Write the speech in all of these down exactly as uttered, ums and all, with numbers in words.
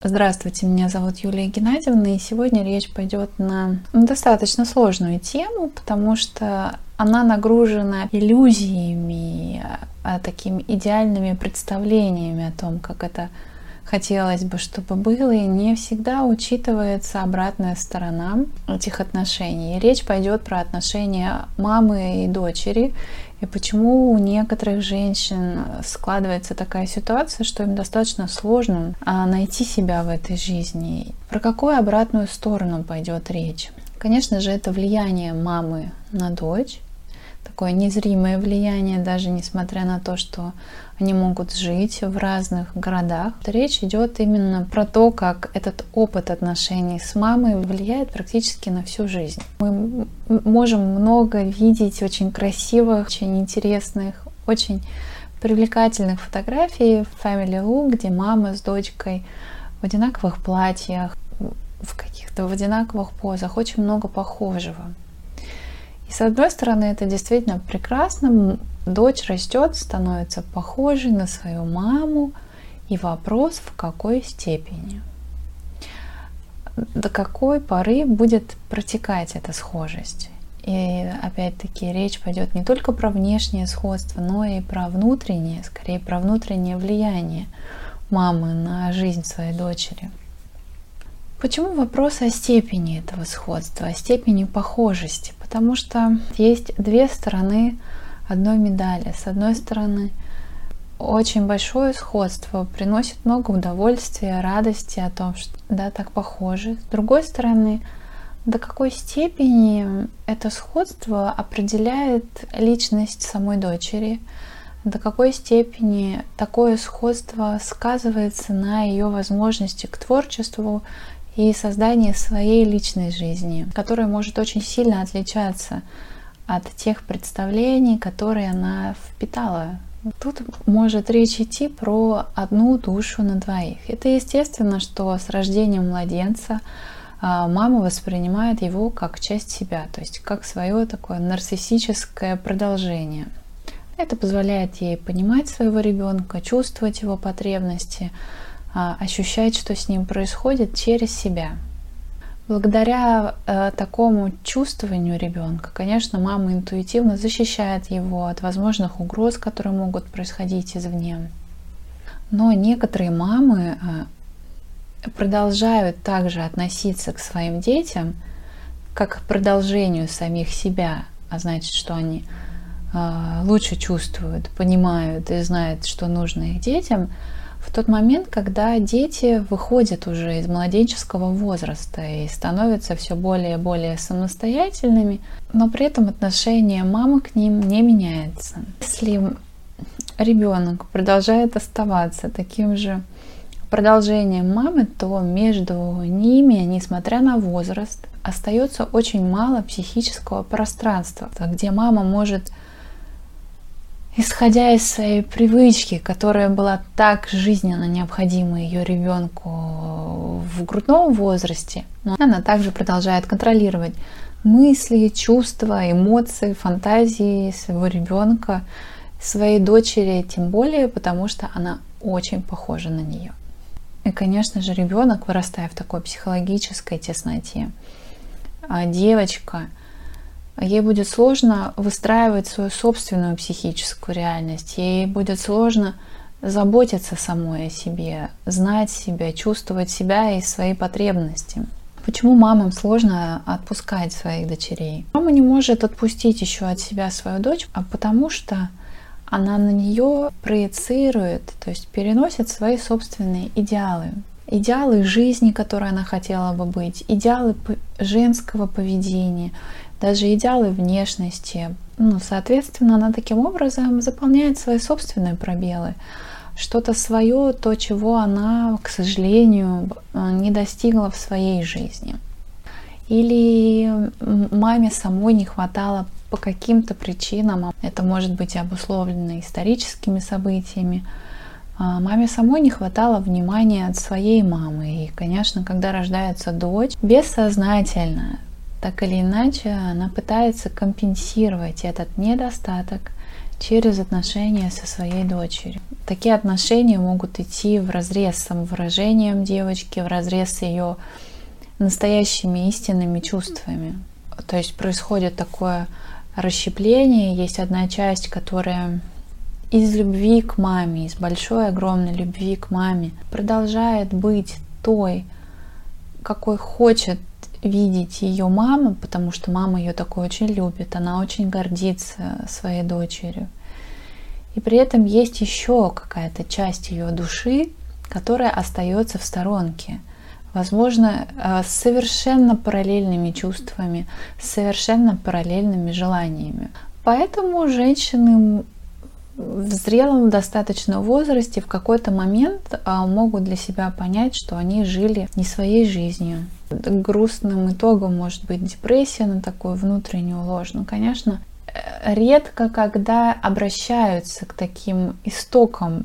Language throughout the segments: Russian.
Здравствуйте, меня зовут Юлия Геннадьевна, и сегодня речь пойдет на достаточно сложную тему, потому что она нагружена иллюзиями, такими идеальными представлениями о том, как это хотелось бы, чтобы было, и не всегда учитывается обратная сторона этих отношений. И речь пойдет про отношения мамы и дочери, и почему у некоторых женщин складывается такая ситуация, что им достаточно сложно найти себя в этой жизни. Про какую обратную сторону пойдет речь? Конечно же, это влияние мамы на дочь, такое незримое влияние, даже несмотря на то, что они могут жить в разных городах. Речь идет именно про то, как этот опыт отношений с мамой влияет практически на всю жизнь. Мы можем много видеть очень красивых, очень интересных, очень привлекательных фотографий в Family Look, где мама с дочкой в одинаковых платьях, в каких-то в одинаковых позах, очень много похожего. И с одной стороны, это действительно прекрасно. Дочь растет, становится похожей на свою маму. И вопрос, в какой степени? До какой поры будет протекать эта схожесть? И опять-таки речь пойдет не только про внешнее сходство, но и про внутреннее, скорее про внутреннее влияние мамы на жизнь своей дочери. Почему вопрос о степени этого сходства, о степени похожести? Потому что есть две стороны одной медали. С одной стороны, очень большое сходство приносит много удовольствия, радости о том, что да, так похожи. С другой стороны, до какой степени это сходство определяет личность самой дочери, до какой степени такое сходство сказывается на ее возможности к творчеству и создание своей личной жизни, которая может очень сильно отличаться от тех представлений, которые она впитала. Тут может речь идти про одну душу на двоих. Это естественно, что с рождением младенца мама воспринимает его как часть себя, то есть как свое такое нарциссическое продолжение. Это позволяет ей понимать своего ребенка, чувствовать его потребности, ощущать, что с ним происходит через себя. Благодаря э, такому чувствованию ребенка, конечно, мама интуитивно защищает его от возможных угроз, которые могут происходить извне. Но некоторые мамы э, продолжают также относиться к своим детям как к продолжению самих себя, а значит, что они э, лучше чувствуют, понимают и знают, что нужно их детям, в тот момент, когда дети выходят уже из младенческого возраста и становятся все более и более самостоятельными, но при этом отношение мамы к ним не меняется. Если ребенок продолжает оставаться таким же продолжением мамы, то между ними, несмотря на возраст, остается очень мало психического пространства, где мама может, исходя из своей привычки, которая была так жизненно необходима ее ребенку в грудном возрасте, но она также продолжает контролировать мысли, чувства, эмоции, фантазии своего ребенка, своей дочери, тем более, потому что она очень похожа на нее. И, конечно же, ребенок, вырастая в такой психологической тесноте, а девочка, ей будет сложно выстраивать свою собственную психическую реальность, ей будет сложно заботиться самой о себе, знать себя, чувствовать себя и свои потребности. Почему мамам сложно отпускать своих дочерей? Мама не может отпустить еще от себя свою дочь, а потому что она на нее проецирует, то есть переносит свои собственные идеалы. Идеалы жизни, которые она хотела бы быть, идеалы женского поведения, даже идеалы внешности. Ну, соответственно, она таким образом заполняет свои собственные пробелы. Что-то свое, то, чего она, к сожалению, не достигла в своей жизни. Или маме самой не хватало по каким-то причинам, это может быть обусловлено историческими событиями, маме самой не хватало внимания от своей мамы. И, конечно, когда рождается дочь, бессознательно, так или иначе, она пытается компенсировать этот недостаток через отношения со своей дочерью. Такие отношения могут идти вразрез с самовыражением девочки, вразрез с ее настоящими истинными чувствами. То есть происходит такое расщепление, есть одна часть, которая из любви к маме, из большой, огромной любви к маме продолжает быть той, какой хочет видеть ее мама, потому что мама ее такой очень любит, она очень гордится своей дочерью. И при этом есть еще какая-то часть ее души, которая остается в сторонке. Возможно, с совершенно параллельными чувствами, с совершенно параллельными желаниями. Поэтому женщины в зрелом достаточно возрасте в какой-то момент могут для себя понять, что они жили не своей жизнью. Грустным итогом может быть депрессия на такую внутреннюю ложь. Ну, конечно, редко когда обращаются к таким истокам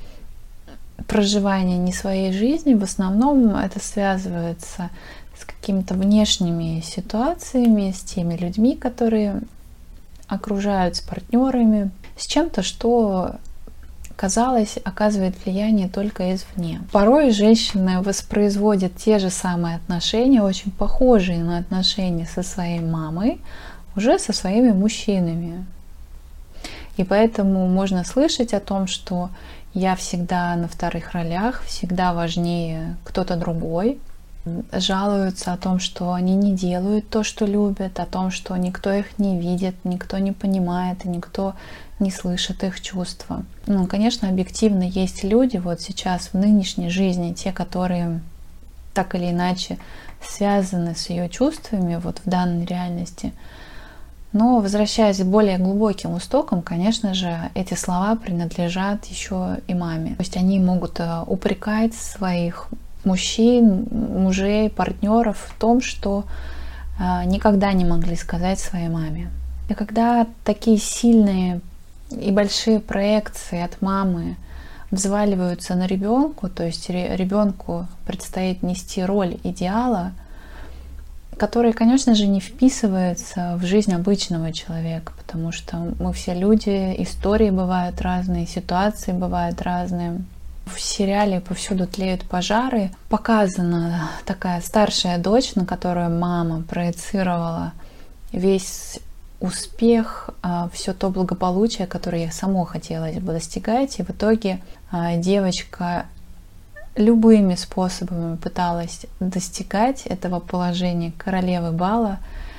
проживания не своей жизни. В основном это связывается с какими-то внешними ситуациями, с теми людьми, которые окружают, с партнерами, с чем-то, что, казалось, оказывает влияние только извне. Порой женщины воспроизводят те же самые отношения, очень похожие на отношения со своей мамой, уже со своими мужчинами. И поэтому можно слышать о том, что я всегда на вторых ролях, всегда важнее кто-то другой. Жалуются о том, что они не делают то, что любят, о том, что никто их не видит, никто не понимает, и никто не слышит их чувства. Ну, конечно, объективно есть люди вот сейчас в нынешней жизни, те, которые так или иначе связаны с ее чувствами вот в данной реальности. Но, возвращаясь к более глубоким истокам, конечно же, эти слова принадлежат еще и маме. То есть они могут упрекать своих мужчин, мужей, партнеров в том, что никогда не могли сказать своей маме. И когда такие сильные и большие проекции от мамы взваливаются на ребенку, то есть ребенку предстоит нести роль идеала, который, конечно же, не вписывается в жизнь обычного человека, потому что мы все люди, истории бывают разные, ситуации бывают разные. В сериале «Повсюду тлеют пожары» показана такая старшая дочь, на которую мама проецировала весь успех, все то благополучие, которое ей само хотелось бы достигать. И в итоге девочка любыми способами пыталась достигать этого положения королевы бала,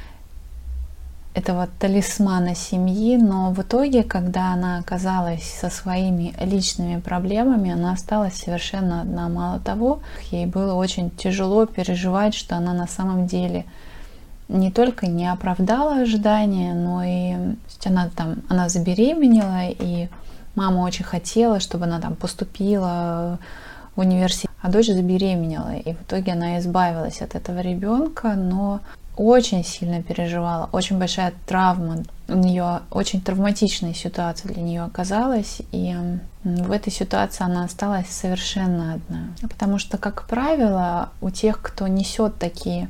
этого талисмана семьи, но в итоге, когда она оказалась со своими личными проблемами, она осталась совершенно одна. Мало того, ей было очень тяжело переживать, что она на самом деле не только не оправдала ожидания, но и она там, она забеременела, и мама очень хотела, чтобы она там поступила в университет, а дочь забеременела, и в итоге она избавилась от этого ребенка, но очень сильно переживала, очень большая травма, у нее очень травматичная ситуация для нее оказалась, и в этой ситуации она осталась совершенно одна. Потому что, как правило, у тех, кто несет такие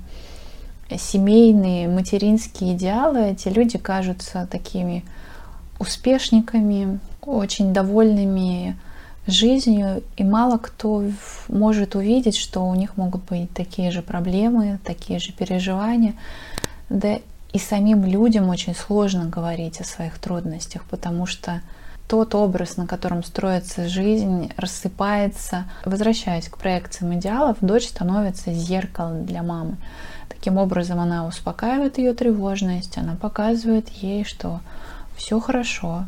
семейные, материнские идеалы, эти люди кажутся такими успешниками, очень довольными жизнью, и мало кто может увидеть, что у них могут быть такие же проблемы, такие же переживания. Да и самим людям очень сложно говорить о своих трудностях, потому что тот образ, на котором строится жизнь, рассыпается. Возвращаясь к проекциям идеалов, дочь становится зеркалом для мамы. Таким образом, она успокаивает ее тревожность, она показывает ей, что все хорошо,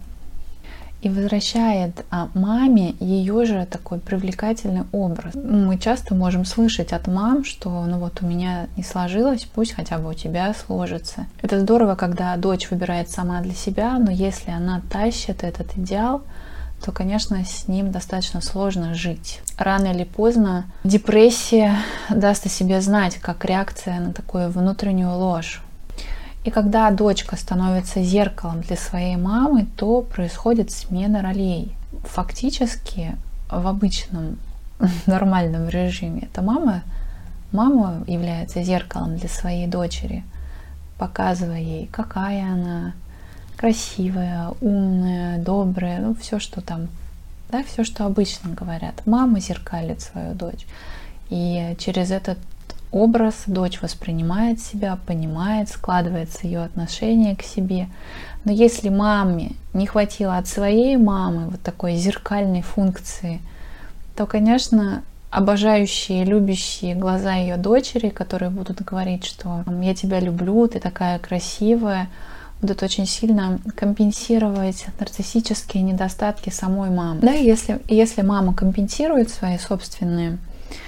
и возвращает маме ее же такой привлекательный образ. Мы часто можем слышать от мам, что ну вот у меня не сложилось, пусть хотя бы у тебя сложится. Это здорово, когда дочь выбирает сама для себя, но если она тащит этот идеал, то, конечно, с ним достаточно сложно жить. Рано или поздно депрессия даст о себе знать, как реакция на такую внутреннюю ложь. И когда дочка становится зеркалом для своей мамы, то происходит смена ролей. Фактически в обычном нормальном режиме эта мама, мама является зеркалом для своей дочери, показывая ей, какая она, красивая, умная, добрая, ну все, что там, да, все, что обычно говорят. Мама зеркалит свою дочь, и через этот образ дочь воспринимает себя, понимает, складывается ее отношение к себе. Но если маме не хватило от своей мамы вот такой зеркальной функции, то, конечно, обожающие, любящие глаза ее дочери, которые будут говорить, что «я тебя люблю, ты такая красивая», будут очень сильно компенсировать нарциссические недостатки самой мамы. Да, если, если мама компенсирует свои собственные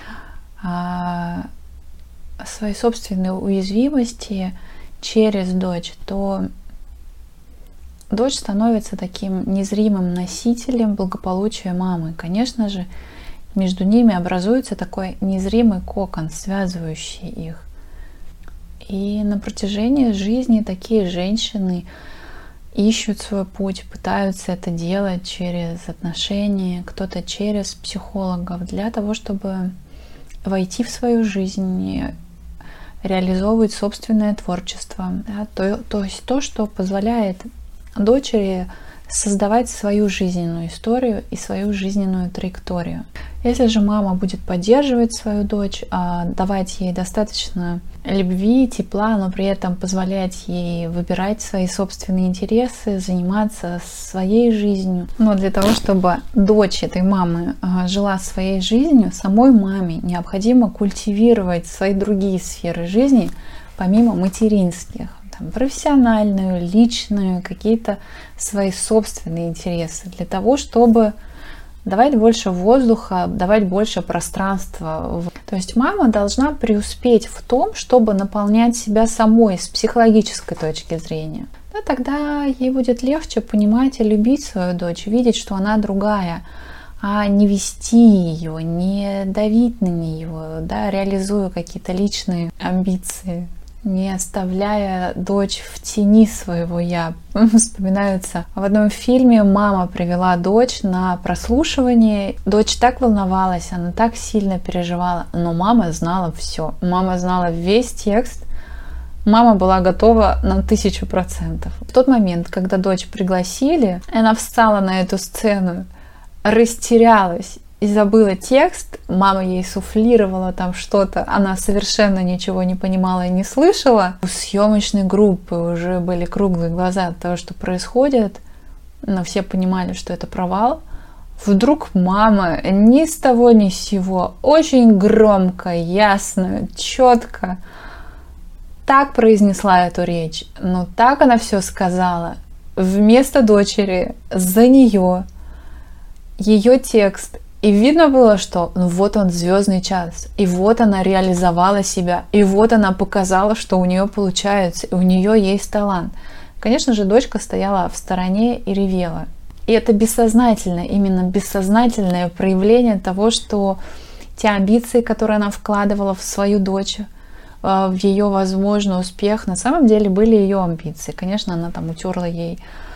а, свои собственные уязвимости через дочь, то дочь становится таким незримым носителем благополучия мамы. Конечно же, между ними образуется такой незримый кокон, связывающий их. И на протяжении жизни такие женщины ищут свой путь, пытаются это делать через отношения, кто-то через психологов, для того, чтобы войти в свою жизнь, реализовывать собственное творчество. Да? То, то есть то, что позволяет дочери создавать свою жизненную историю и свою жизненную траекторию. Если же мама будет поддерживать свою дочь, давать ей достаточно любви, тепла, но при этом позволять ей выбирать свои собственные интересы, заниматься своей жизнью. Но для того, чтобы дочь этой мамы жила своей жизнью, самой маме необходимо культивировать свои другие сферы жизни, помимо материнских. Профессиональную, личную, какие-то свои собственные интересы, для того, чтобы давать больше воздуха, давать больше пространства. То есть мама должна преуспеть в том, чтобы наполнять себя самой с психологической точки зрения. Да, тогда ей будет легче понимать и любить свою дочь, видеть, что она другая, а не вести ее, не давить на нее, да, реализуя какие-то личные амбиции, не оставляя дочь в тени своего «я». Вспоминается, в одном фильме мама привела дочь на прослушивание. Дочь так волновалась, она так сильно переживала, но мама знала все. Мама знала весь текст. Мама была готова на тысячу процентов. В тот момент, когда дочь пригласили, она встала на эту сцену, растерялась и забыла текст, мама ей суфлировала там что-то, она совершенно ничего не понимала и не слышала. У съемочной группы уже были круглые глаза от того, что происходит, но все понимали, что это провал. Вдруг мама ни с того ни с сего очень громко, ясно, четко так произнесла эту речь, но так она все сказала. Вместо дочери, за нее, ее текст. И видно было, что ну вот он, звездный час, и вот она реализовала себя, и вот она показала, что у нее получается, и у нее есть талант. Конечно же, дочка стояла в стороне и ревела. И это бессознательное, именно бессознательное проявление того, что те амбиции, которые она вкладывала в свою дочь, в ее возможный успех, на самом деле были ее амбиции. Конечно, она там утерла ей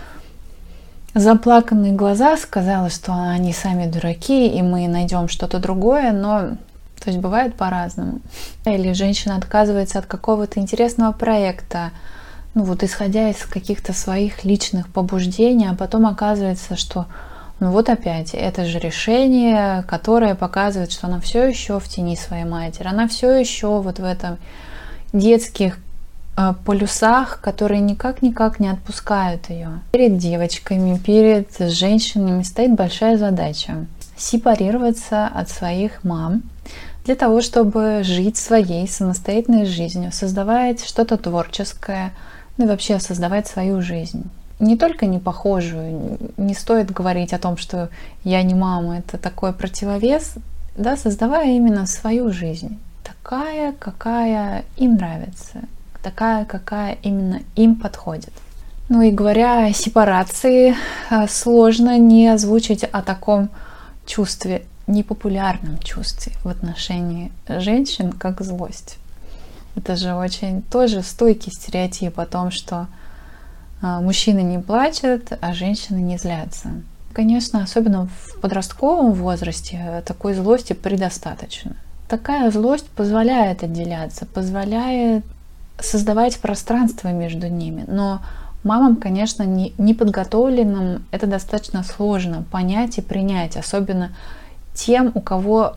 заплаканные глаза, сказала, что они сами дураки, и мы найдем что-то другое, но то есть бывает по-разному. Или женщина отказывается от какого-то интересного проекта, ну вот исходя из каких-то своих личных побуждений, а потом оказывается, что ну вот опять это же решение, которое показывает, что она все еще в тени своей матери, она все еще вот в этом детских полюсах, которые никак-никак не отпускают ее. Перед девочками, перед женщинами стоит большая задача сепарироваться от своих мам для того, чтобы жить своей самостоятельной жизнью, создавать что-то творческое, ну и вообще создавать свою жизнь. Не только не похожую, не стоит говорить о том, что я не мама, это такой противовес, да, создавая именно свою жизнь, такая, какая им нравится, такая, какая именно им подходит. Ну и говоря о сепарации, сложно не озвучить о таком чувстве, непопулярном чувстве в отношении женщин, как злость. Это же очень тоже стойкий стереотип о том, что мужчины не плачут, а женщины не злятся. Конечно, особенно в подростковом возрасте такой злости предостаточно. Такая злость позволяет отделяться, позволяет создавать пространство между ними, но Мамам, конечно, не, неподготовленным это достаточно сложно понять и принять, особенно тем, у кого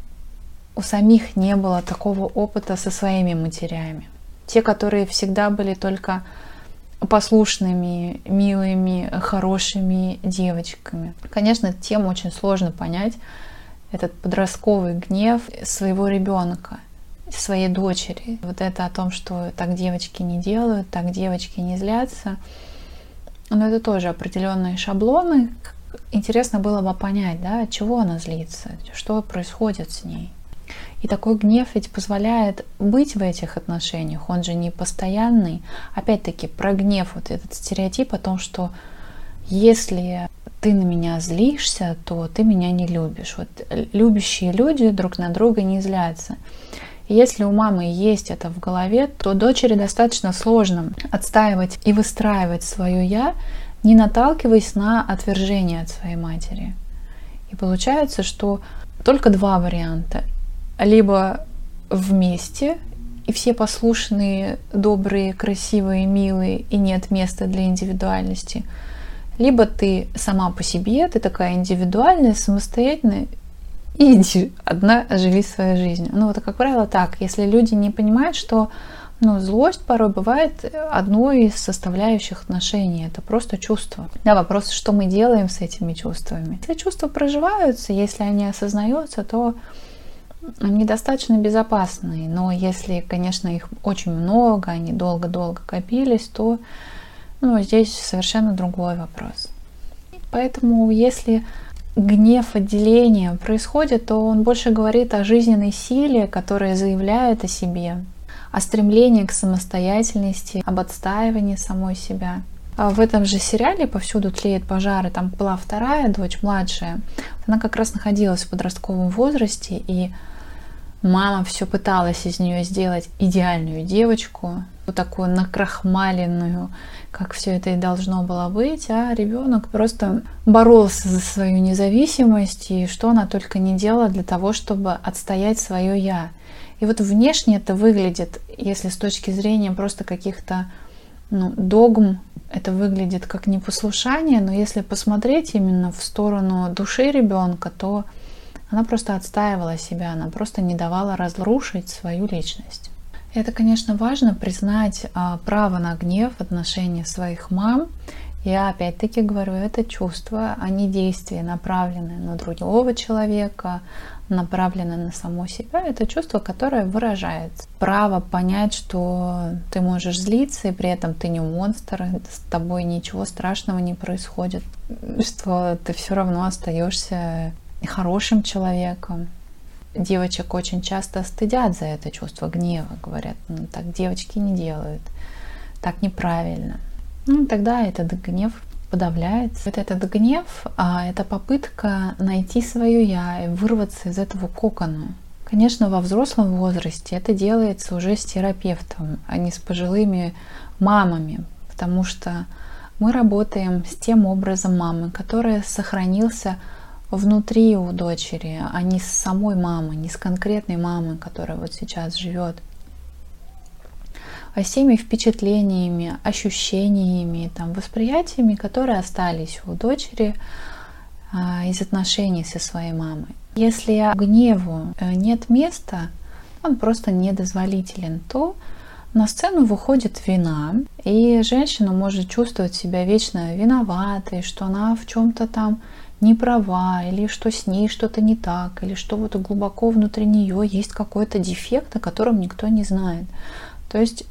у самих не было такого опыта со своими матерями. Те, которые всегда были только послушными, милыми, хорошими девочками. Конечно, тем очень сложно понять этот подростковый гнев своего ребенка, своей дочери. Вот это о том, что так девочки не делают, так девочки не злятся. Но это тоже определенные шаблоны. Интересно было бы понять, да, от чего она злится, что происходит с ней. И такой гнев ведь позволяет быть в этих отношениях, он же не постоянный. Опять-таки про гнев, вот этот стереотип о том, что если ты на меня злишься, то ты меня не любишь. Вот любящие люди друг на друга не злятся. И если у мамы есть это в голове, то дочери достаточно сложно отстаивать и выстраивать свое «я», не наталкиваясь на отвержение от своей матери. И получается, что только два варианта. Либо вместе, и все послушные, добрые, красивые, милые, и нет места для индивидуальности. Либо ты сама по себе, ты такая индивидуальная, самостоятельная, и иди одна, живи свою жизнь. Ну, это, как правило, так. Если люди не понимают, что ну, злость порой бывает одной из составляющих отношений. Это просто чувство. Да, вопрос, что мы делаем с этими чувствами. Если чувства проживаются, если они осознаются, то они достаточно безопасные. Но если, конечно, их очень много, они долго-долго копились, то ну, здесь совершенно другой вопрос. Поэтому если гнев отделения происходит, то он больше говорит о жизненной силе, которая заявляет о себе, о стремлении к самостоятельности, об отстаивании самой себя. А в этом же сериале «Повсюду тлеют пожары» там была вторая дочь, младшая. Она как раз находилась в подростковом возрасте, и мама все пыталась из нее сделать идеальную девочку, вот такую накрахмаленную, как все это и должно было быть, а ребенок просто боролся за свою независимость, и что она только не делала для того, чтобы отстоять свое «я». И вот внешне это выглядит, если с точки зрения просто каких-то ну, догм, это выглядит как непослушание, но если посмотреть именно в сторону души ребенка, то она просто отстаивала себя, она просто не давала разрушить свою личность. Это, конечно, важно признать а, право на гнев в отношении своих мам. Я опять-таки говорю, это чувство, а не действия, направленные на другого человека, направленные на само себя. Это чувство, которое выражается. Право понять, что ты можешь злиться, и при этом ты не монстр, с тобой ничего страшного не происходит, что ты все равно остаешься хорошим человеком. Девочек очень часто стыдят за это чувство гнева, говорят, ну так девочки не делают, так неправильно. Ну тогда этот гнев подавляется. Вот этот гнев, а, это попытка найти свое я и вырваться из этого кокона. Конечно, во взрослом возрасте это делается уже с терапевтом, а не с пожилыми мамами, потому что мы работаем с тем образом мамы, который сохранился внутри у дочери, а не с самой мамы, не с конкретной мамой, которая вот сейчас живет, а с теми впечатлениями, ощущениями, там, восприятиями, которые остались у дочери а, из отношений со своей мамой. Если гневу нет места, он просто недозволителен, то на сцену выходит вина, и женщина может чувствовать себя вечно виноватой, что она в чем-то там не права, или что с ней что-то не так, или что вот глубоко внутри нее есть какой-то дефект, о котором никто не знает. То есть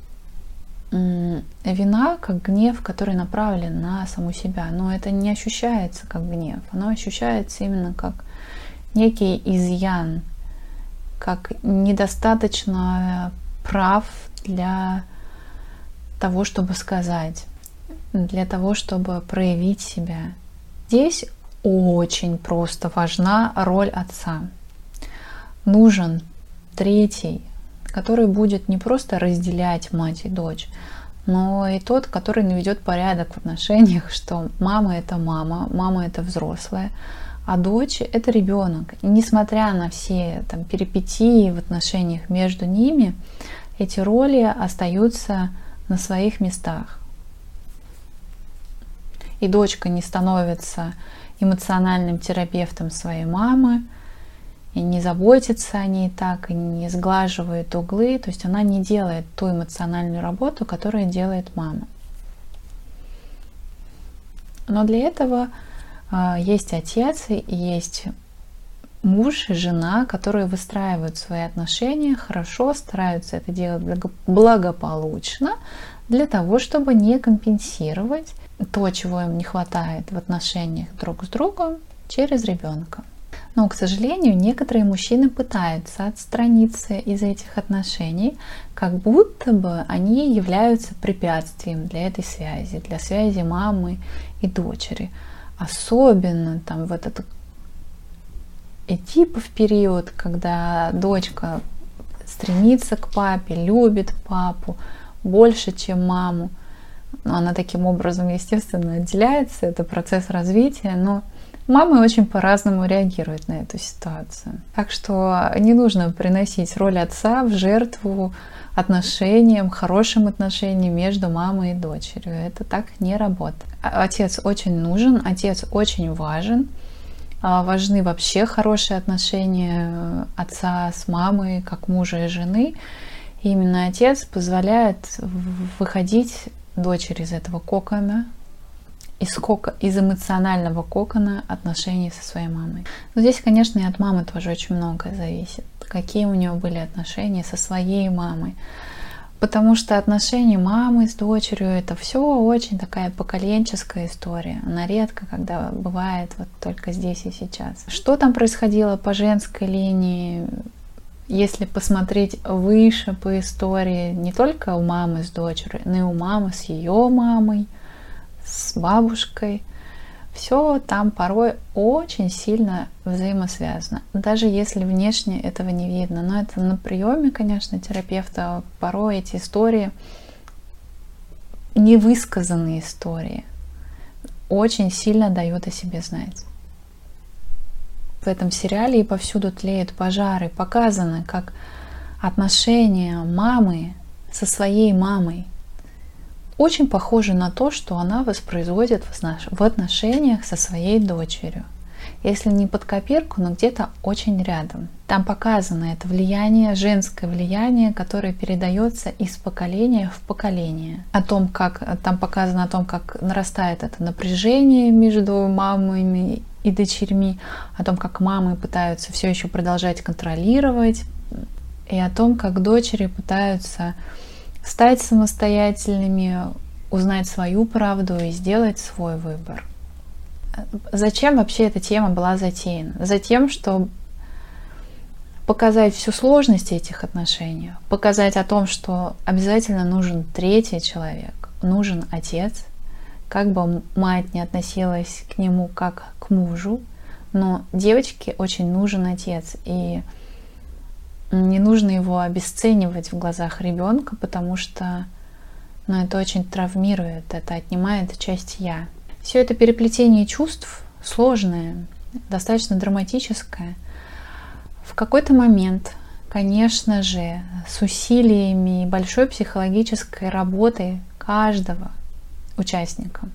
вина как гнев, который направлен на саму себя, но это не ощущается как гнев, оно ощущается именно как некий изъян, как недостаточно прав для того, чтобы сказать, для того, чтобы проявить себя. Здесь очень просто важна роль отца. Нужен третий, который будет не просто разделять мать и дочь, но и тот, который наведет порядок в отношениях, что мама — это мама, мама — это взрослая, а дочь — это ребенок. И несмотря на все там перипетии в отношениях между ними, эти роли остаются на своих местах. и дочка не становится эмоциональным терапевтом своей мамы, и не заботится о ней так, и не сглаживает углы, то есть она не делает ту эмоциональную работу, которую делает мама. Но для этого э, есть отец и есть муж и жена, которые выстраивают свои отношения хорошо, стараются это делать благополучно, для того, чтобы не компенсировать то, чего им не хватает в отношениях друг с другом через ребенка. Но, к сожалению, некоторые мужчины пытаются отстраниться из этих отношений, как будто бы они являются препятствием для этой связи, для связи мамы и дочери. Особенно там в этот Эдипов период, когда дочка стремится к папе, любит папу больше, чем маму. Но она таким образом, естественно, отделяется, это процесс развития, но мамы очень по-разному реагируют на эту ситуацию. Так что не нужно приносить роль отца в жертву отношениям, хорошим отношениям между мамой и дочерью. Это так не работает. Отец очень нужен, отец очень важен. Важны вообще хорошие отношения отца с мамой, как мужа и жены. И именно отец позволяет выходить дочери из этого кокона, из, кока, из эмоционального кокона отношений со своей мамой. Но здесь, конечно, и от мамы тоже очень многое зависит. Какие у нее были отношения со своей мамой. Потому что отношения мамы с дочерью — это все очень такая поколенческая история. Она редко, когда бывает вот только здесь и сейчас. Что там происходило по женской линии, если посмотреть выше по истории, не только у мамы с дочерью, но и у мамы с ее мамой, с бабушкой, все там порой очень сильно взаимосвязано, даже если внешне этого не видно. Но это на приеме, конечно, терапевта порой эти истории, невысказанные истории, очень сильно дают о себе знать. В этом сериале «И повсюду тлеют пожары» показано, как отношения мамы со своей мамой очень похоже на то, что она воспроизводит в отношениях со своей дочерью. Если не под копирку, но где-то очень рядом. Там показано это влияние, женское влияние, которое передается из поколения в поколение. О том, как, там показано о том, как нарастает это напряжение между мамами и дочерьми, о том, как мамы пытаются все еще продолжать контролировать, и о том, как дочери пытаются стать самостоятельными, узнать свою правду и сделать свой выбор. Зачем вообще эта тема была затеяна? Затем, чтобы показать всю сложность этих отношений, показать о том, что обязательно нужен третий человек, нужен отец, как бы мать не относилась к нему как к мужу, но девочке очень нужен отец, и не нужно его обесценивать в глазах ребенка, потому что ну, это очень травмирует, это отнимает часть «я». Все это переплетение чувств сложное, достаточно драматическое. В какой-то момент, конечно же, с усилиями и большой психологической работой каждого участника,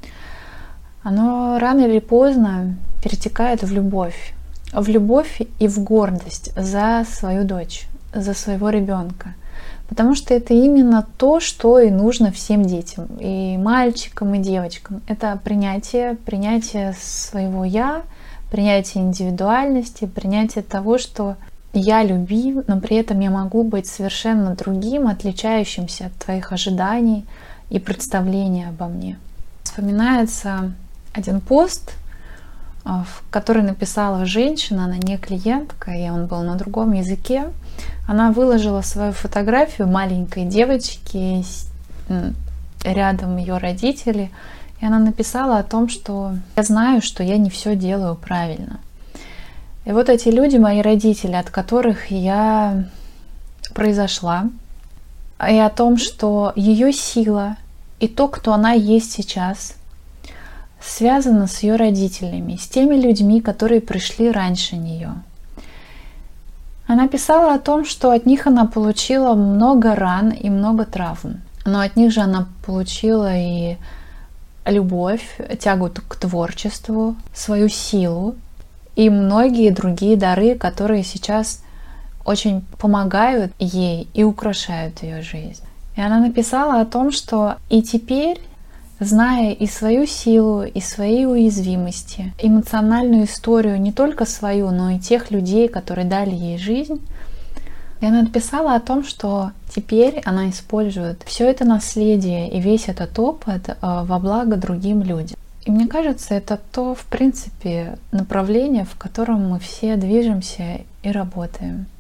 оно рано или поздно перетекает в любовь. В любовь и в гордость за свою дочь, за своего ребенка. Потому что это именно то, что и нужно всем детям, и мальчикам, и девочкам. Это принятие, принятие своего «я», принятие индивидуальности, принятие того, что я любим, но при этом я могу быть совершенно другим, отличающимся от твоих ожиданий и представлений обо мне. Вспоминается один пост, который написала женщина, она не клиентка, и он был на другом языке. Она выложила свою фотографию маленькой девочки, рядом ее родители, и она написала о том, что я знаю, что я не все делаю правильно. И вот эти люди, мои родители, от которых я произошла, и о том, что ее сила и то, кто она есть сейчас, связано с ее родителями, с теми людьми, которые пришли раньше нее. Она писала о том, что от них она получила много ран и много травм, но от них же она получила и любовь, тягу к творчеству, свою силу и многие другие дары, которые сейчас очень помогают ей и украшают ее жизнь. И она написала о том, что и теперь, зная и свою силу, и свои уязвимости, эмоциональную историю не только свою, но и тех людей, которые дали ей жизнь, и она написала о том, что теперь она использует все это наследие и весь этот опыт во благо другим людям. И мне кажется, это то, в принципе, направление, в котором мы все движемся и работаем.